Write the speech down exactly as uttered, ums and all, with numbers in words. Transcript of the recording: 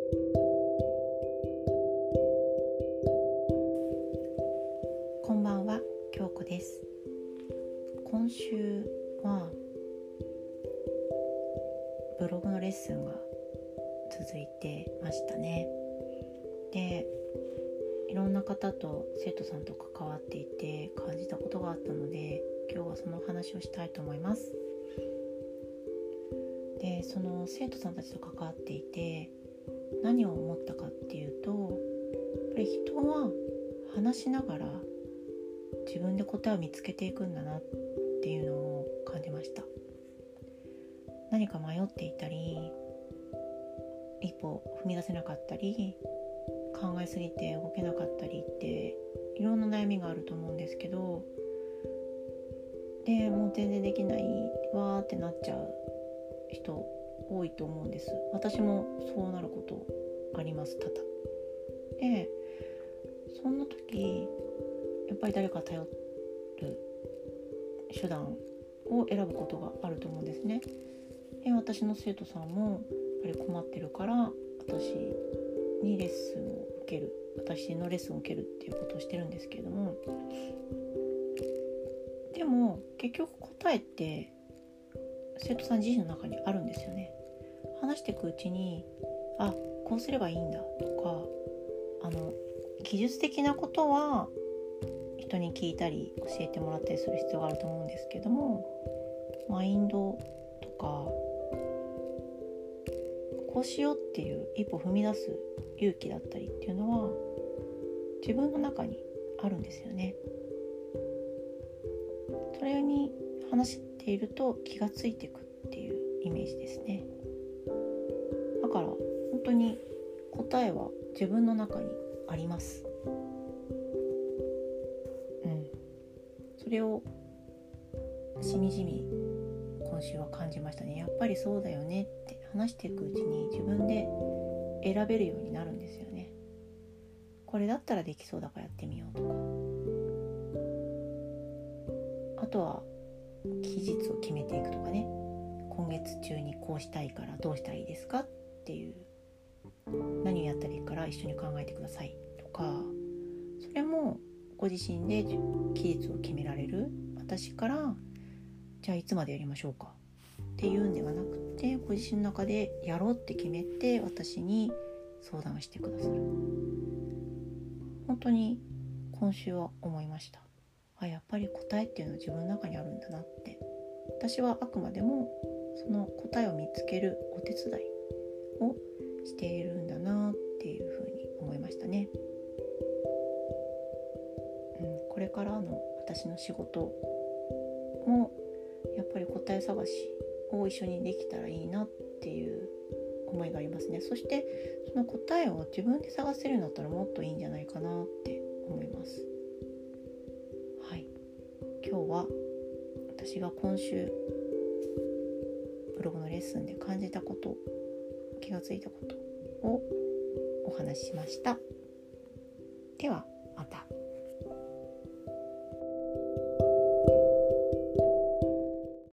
こんばんは、京子です。今週はブログのレッスンが続いてましたね。で、いろんな方と生徒さんと関わっていて感じたことがあったので、今日はその話をしたいと思います。で、その生徒さんたちと関わっていて何を思ったかっていうと、やっぱり人は話しながら自分で答えを見つけていくんだなっていうのを感じました。何か迷っていたり、一歩踏み出せなかったり、考えすぎて動けなかったりっていろんな悩みがあると思うんですけど、でもう全然できないわーってなっちゃう人多いと思うんです。私もそうなることあります、多々。で、そんな時やっぱり誰か頼る手段を選ぶことがあると思うんですね。で、私の生徒さんもやっぱり困ってるから私にレッスンを受ける私のレッスンを受けるっていうことをしてるんですけれども、でも結局答えって生徒さん自身の中にあるんですよね。話していくうちに、あ、こうすればいいんだとか、あの技術的なことは人に聞いたり教えてもらったりする必要があると思うんですけども、マインドとかこうしようっていう一歩踏み出す勇気だったりっていうのは自分の中にあるんですよね。それに話していると気がついていくっていうイメージですね。だから本当に答えは自分の中にあります。うん。それをしみじみ今週は感じましたね。やっぱりそうだよねって話していくうちに自分で選べるようになるんですよね。これだったらできそうだからやってみようとか、あとは期日を決めていくとかね、今月中にこうしたいからどうしたらいいですかっていう、何をやったらいいから一緒に考えてくださいとか、それもご自身で期日を決められる。私からじゃあいつまでやりましょうかっていうんではなくて、ご自身の中でやろうって決めて私に相談してくださる。本当に今週は思いました。あ、やっぱり答えっていうのは自分の中にあるんだなって。私はあくまでもその答えを見つけるお手伝いをしているんだなっていうふうに思いましたね。うん、これからの私の仕事もやっぱり答え探しを一緒にできたらいいなっていう思いがありますね。そしてその答えを自分で探せるようになったらもっといいんじゃないかなって思います。はい、今日は私が今週ブログのレッスンで感じたこと、気がついたことをお話ししました。ではまた。